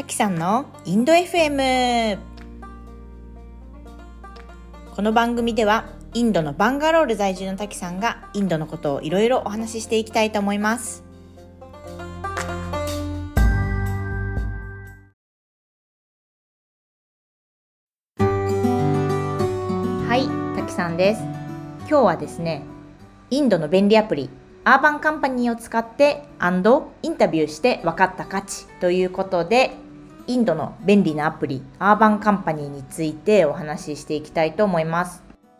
きさんのインド FM。 この番組ではインドのバンガロール在住のたきさんがインドのことをいろいろお話ししていきたいと思います。はい、たきさんです。今日はですね、インドの便利アプリアーバンカンパニーを使ってインタビューして分かった価値ということで、インドの便利なアプリアーバンカンパニーについてお話ししていきたいと思います。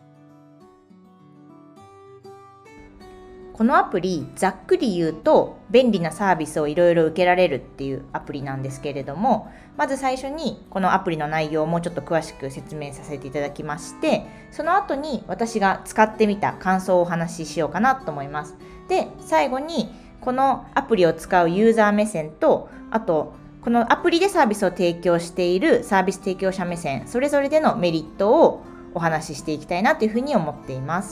このアプリ、ざっくり言うと便利なサービスをいろいろ受けられるっていうアプリなんですけれども、まず最初にこのアプリの内容をもうちょっと詳しく説明させていただきまして、その後に私が使ってみた感想をお話ししようかなと思います。で、最後にこのアプリを使うユーザー目線と、あとこのアプリでサービスを提供しているサービス提供者目線、それぞれでのメリットをお話ししていきたいなというふうに思っています。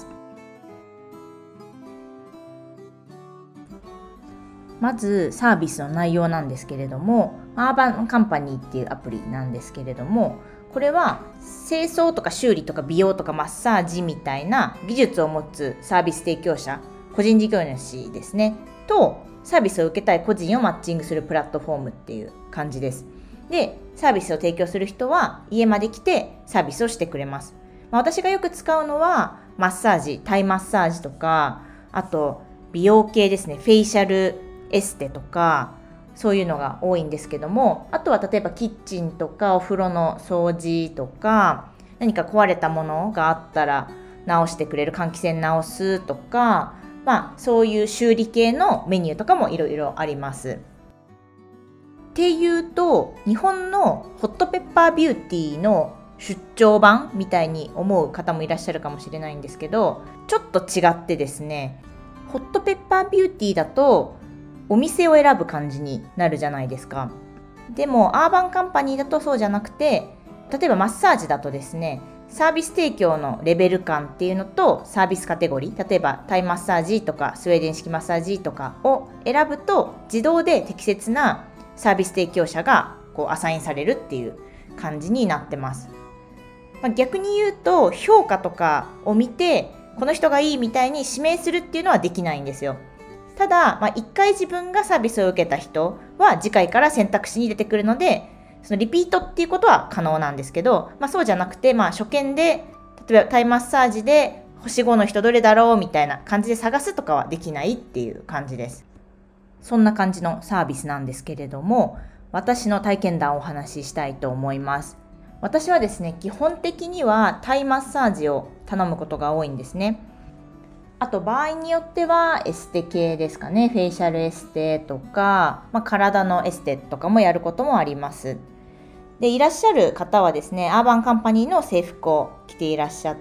まずサービスの内容なんですけれども、アーバンカンパニーっていうアプリなんですけれども、これは清掃とか修理とか美容とかマッサージみたいな技術を持つサービス提供者、個人事業主ですねと、サービスを受けたい個人をマッチングするプラットフォームっていう感じです。で、サービスを提供する人は家まで来てサービスをしてくれます。私がよく使うのはマッサージ、タイマッサージとか、あと美容系ですね、フェイシャルエステとか、そういうのが多いんですけども、あとは例えばキッチンとかお風呂の掃除とか、何か壊れたものがあったら直してくれる、換気扇直すとか、そういう修理系のメニューとかもいろいろあります。っていうと、日本のホットペッパービューティーの出張版みたいに思う方もいらっしゃるかもしれないんですけど、ちょっと違ってですね、ホットペッパービューティーだとお店を選ぶ感じになるじゃないですか。でもアーバンカンパニーだとそうじゃなくて、例えばマッサージだとですね、サービス提供のレベル感っていうのとサービスカテゴリー、例えばタイマッサージとかスウェーデン式マッサージとかを選ぶと、自動で適切なサービス提供者がアサインされるっていう感じになってます。逆に言うと、評価とかを見てこの人がいいみたいに指名するっていうのはできないんですよ。ただ、1回自分がサービスを受けた人は次回から選択肢に出てくるので、そのリピートっていうことは可能なんですけど、そうじゃなくて、初見で例えばタイマッサージで星5の人どれだろうみたいな感じで探すとかはできないっていう感じです。そんな感じのサービスなんですけれども、私の体験談をお話ししたいと思います。私はですね、基本的にはタイマッサージを頼むことが多いんですね。あと場合によってはエステ系ですかね、フェイシャルエステとか、体のエステとかもやることもあります。で、いらっしゃる方はですね、アーバンカンパニーの制服を着ていらっしゃって、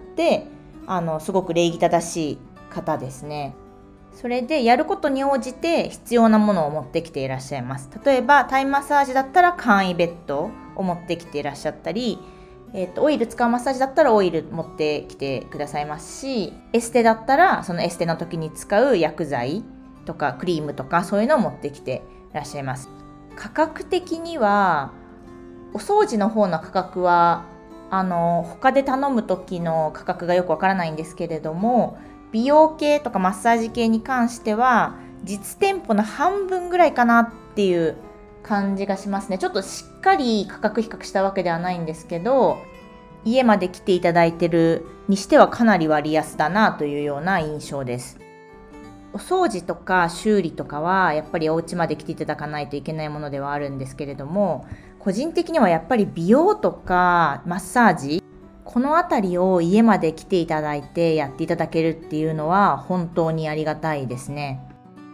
すごく礼儀正しい方ですね。それでやることに応じて必要なものを持ってきていらっしゃいます。例えばタイマッサージだったら簡易ベッドを持ってきていらっしゃったり、オイル使うマッサージだったらオイル持ってきてくださいますし、エステだったらそのエステの時に使う薬剤とかクリームとか、そういうのを持ってきていらっしゃいます。価格的にはお掃除の方の価格は他で頼む時の価格がよくわからないんですけれども、美容系とかマッサージ系に関しては実店舗の半分ぐらいかなっていう感じがしますね。ちょっとしっかり価格比較したわけではないんですけど、家まで来ていただいてるにしてはかなり割安だなというような印象です。お掃除とか修理とかはやっぱりお家まで来ていただかないといけないものではあるんですけれども、個人的にはやっぱり美容とかマッサージ、このあたりを家まで来ていただいてやっていただけるっていうのは本当にありがたいですね。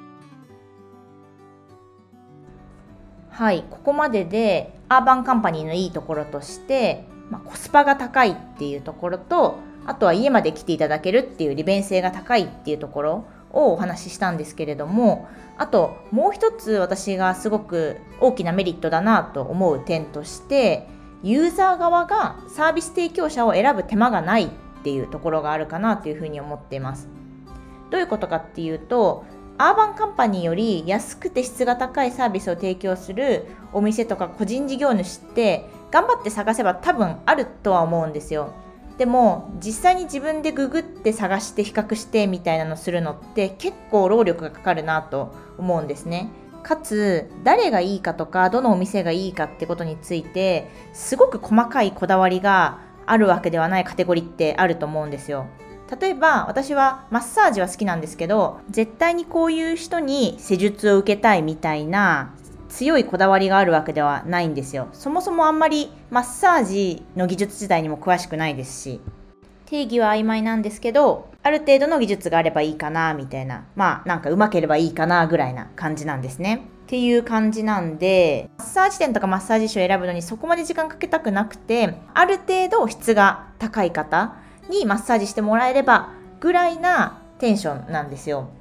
はい、ここまででアーバンカンパニーのいいところとして、コスパが高いっていうところと、あとは家まで来ていただけるっていう利便性が高いっていうところをお話ししたんですけれども、あともう一つ私がすごく大きなメリットだなと思う点として、ユーザー側がサービス提供者を選ぶ手間がないっていうところがあるかなというふうに思っています。どういうことかっていうと、 アーバンカンパニーより安くて質が高いサービスを提供するお店とか個人事業主って頑張って探せば多分あるとは思うんですよ。でも実際に自分でググって探して比較してみたいなのするのって結構労力がかかるなと思うんですね。かつ誰がいいかとかどのお店がいいかってことについてすごく細かいこだわりがあるわけではないカテゴリーってあると思うんですよ。例えば私はマッサージは好きなんですけど、絶対にこういう人に施術を受けたいみたいな強いこだわりがあるわけではないんですよ。そもそもあんまりマッサージの技術自体にも詳しくないですし、定義は曖昧なんですけど、ある程度の技術があればいいかなみたいな、なんか上手ければいいかなぐらいな感じなんですね。っていう感じなんで、マッサージ店とかマッサージ師を選ぶのにそこまで時間かけたくなくて、ある程度質が高い方にマッサージしてもらえればぐらいなテンションなんですよ。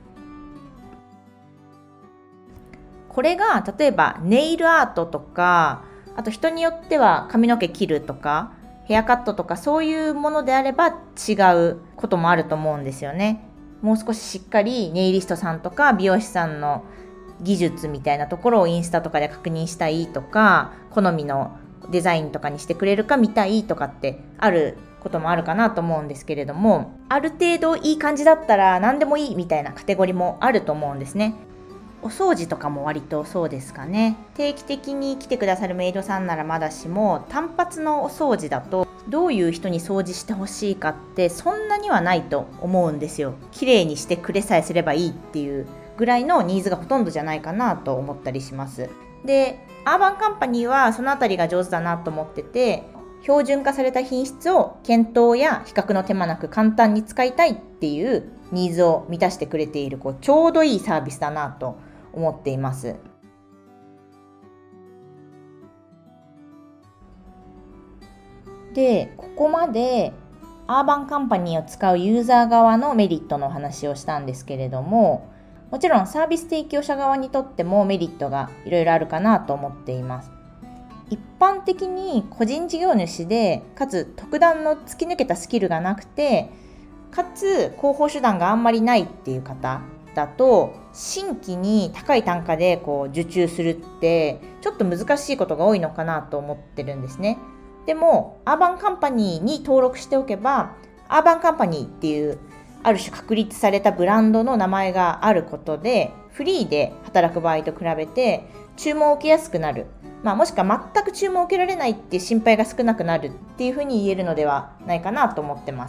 これが例えばネイルアートとか、あと人によっては髪の毛切るとかヘアカットとかそういうものであれば違うこともあると思うんですよね。もう少ししっかりネイリストさんとか美容師さんの技術みたいなところをインスタとかで確認したいとか、好みのデザインとかにしてくれるか見たいとかってあることもあるかなと思うんですけれども、ある程度いい感じだったら何でもいいみたいなカテゴリーもあると思うんですね。お掃除とかも割とそうですかね。定期的に来てくださるメイドさんならまだしも、単発のお掃除だとどういう人に掃除してほしいかってそんなにはないと思うんですよ。綺麗にしてくれさえすればいいっていうぐらいのニーズがほとんどじゃないかなと思ったりします。で、アーバンカンパニーはそのあたりが上手だなと思ってて、標準化された品質を検討や比較の手間なく簡単に使いたいっていうニーズを満たしてくれているちょうどいいサービスだなと思っています。で、ここまでアーバンカンパニーを使うユーザー側のメリットの話をしたんですけれども、もちろんサービス提供者側にとってもメリットがいろいろあるかなと思っています。一般的に個人事業主でかつ特段の突き抜けたスキルがなくて、かつ広報手段があんまりないっていう方だと、新規に高い単価で受注するってちょっと難しいことが多いのかなと思ってるんですね。でもアーバンカンパニーに登録しておけば、アーバンカンパニーっていうある種確立されたブランドの名前があることで、フリーで働く場合と比べて注文を受けやすくなる、もしくは全く注文を受けられないっていう心配が少なくなるっていうふうに言えるのではないかなと思ってます。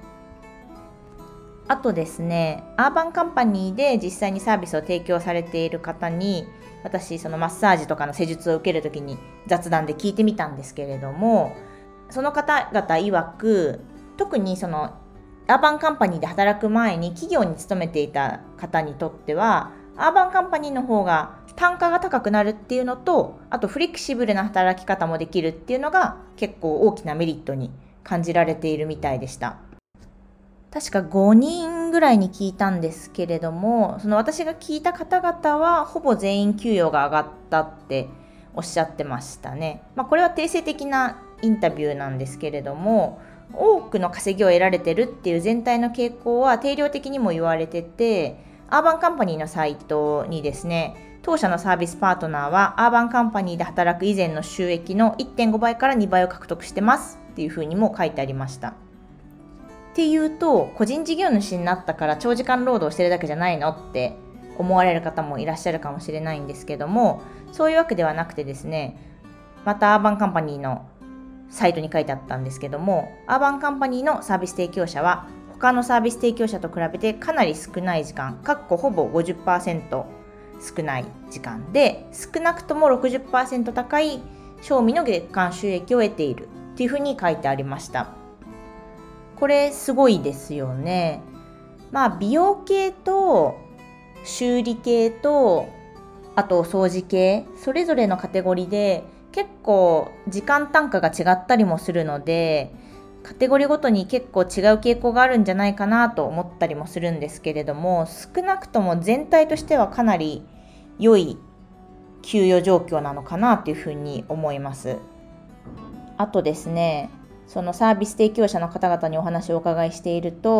あとですね、アーバンカンパニーで実際にサービスを提供されている方に、私そのマッサージとかの施術を受けるときに雑談で聞いてみたんですけれども、その方々曰く、特にそのアーバンカンパニーで働く前に企業に勤めていた方にとっては、アーバンカンパニーの方が単価が高くなるっていうのと、あとフレキシブルな働き方もできるっていうのが結構大きなメリットに感じられているみたいでした。確か5人ぐらいに聞いたんですけれども、その私が聞いた方々はほぼ全員給与が上がったっておっしゃってましたね。これは定性的なインタビューなんですけれども、多くの稼ぎを得られてるっていう全体の傾向は定量的にも言われてて、アーバンカンパニーのサイトにですね、当社のサービスパートナーはアーバンカンパニーで働く以前の収益の 1.5 倍から2倍を獲得してますっていうふうにも書いてありました。っていうと、個人事業主になったから長時間労働してるだけじゃないのって思われる方もいらっしゃるかもしれないんですけども、そういうわけではなくてですね、またアーバンカンパニーのサイトに書いてあったんですけども、アーバンカンパニーのサービス提供者は他のサービス提供者と比べてかなり少ない時間、ほぼ 50% 少ない時間で少なくとも 60% 高い賞味の月間収益を得ているっていうふうに書いてありました。これすごいですよね。美容系と修理系とあとお掃除系、それぞれのカテゴリーで結構時間単価が違ったりもするので、カテゴリーごとに結構違う傾向があるんじゃないかなと思ったりもするんですけれども、少なくとも全体としてはかなり良い給与状況なのかなというふうに思います。あとですね、そのサービス提供者の方々にお話をお伺いしていると、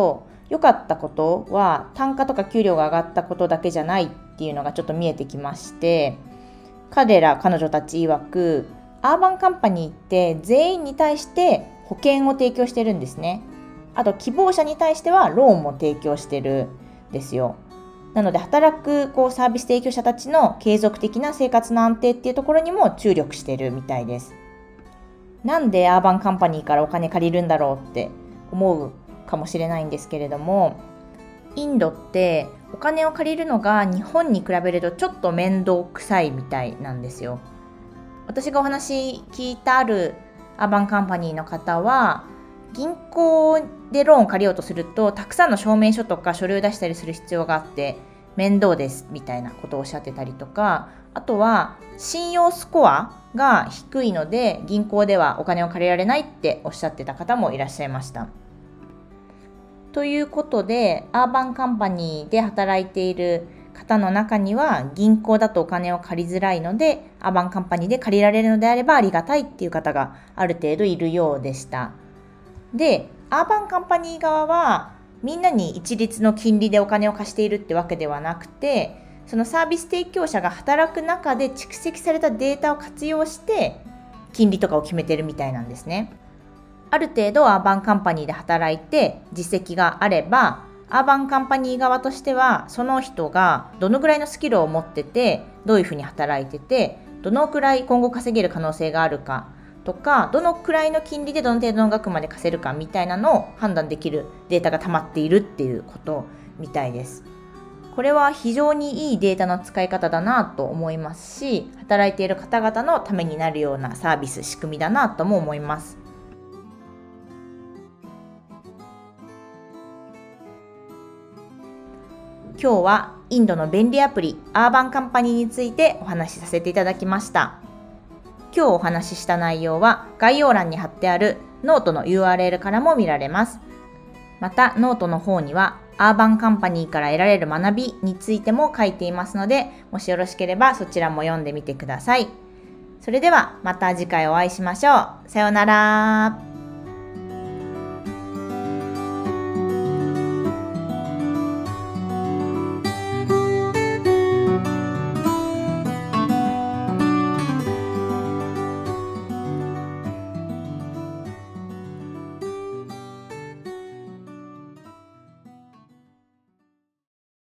良かったことは単価とか給料が上がったことだけじゃないっていうのがちょっと見えてきまして、彼女たち曰くアーバンカンパニーって全員に対して保険を提供してるんですね。あと希望者に対してはローンも提供してるんですよ。なので働くサービス提供者たちの継続的な生活の安定っていうところにも注力してるみたいです。なんでアーバンカンパニーからお金借りるんだろうって思うかもしれないんですけれども、インドってお金を借りるのが日本に比べるとちょっと面倒くさいみたいなんですよ。私がお話聞いたあるアーバンカンパニーの方は、銀行でローンを借りようとするとたくさんの証明書とか書類を出したりする必要があって面倒ですみたいなことをおっしゃってたりとか、あとは信用スコアが低いので銀行ではお金を借りられないっておっしゃってた方もいらっしゃいました。ということで、アーバンカンパニーで働いている方の中には銀行だとお金を借りづらいのでアーバンカンパニーで借りられるのであればありがたいっていう方がある程度いるようでした。で、アーバンカンパニー側はみんなに一律の金利でお金を貸しているってわけではなくて、そのサービス提供者が働く中で蓄積されたデータを活用して金利とかを決めてるみたいなんですね。ある程度アーバンカンパニーで働いて実績があれば、アーバンカンパニー側としてはその人がどのぐらいのスキルを持ってて、どういうふうに働いてて、どのくらい今後稼げる可能性があるかとか、どのくらいの金利でどの程度の額まで貸せるかみたいなのを判断できるデータが溜まっているっていうことみたいです。これは非常にいいデータの使い方だなと思いますし、働いている方々のためになるようなサービス、仕組みだなとも思います。今日はインドの便利アプリアーバンカンパニーについてお話しさせていただきました。今日お話しした内容は概要欄に貼ってあるノートの URL からも見られます。またノートの方にはアーバンカンパニーから得られる学びについても書いていますので、もしよろしければそちらも読んでみてください。それではまた次回お会いしましょう。さようなら。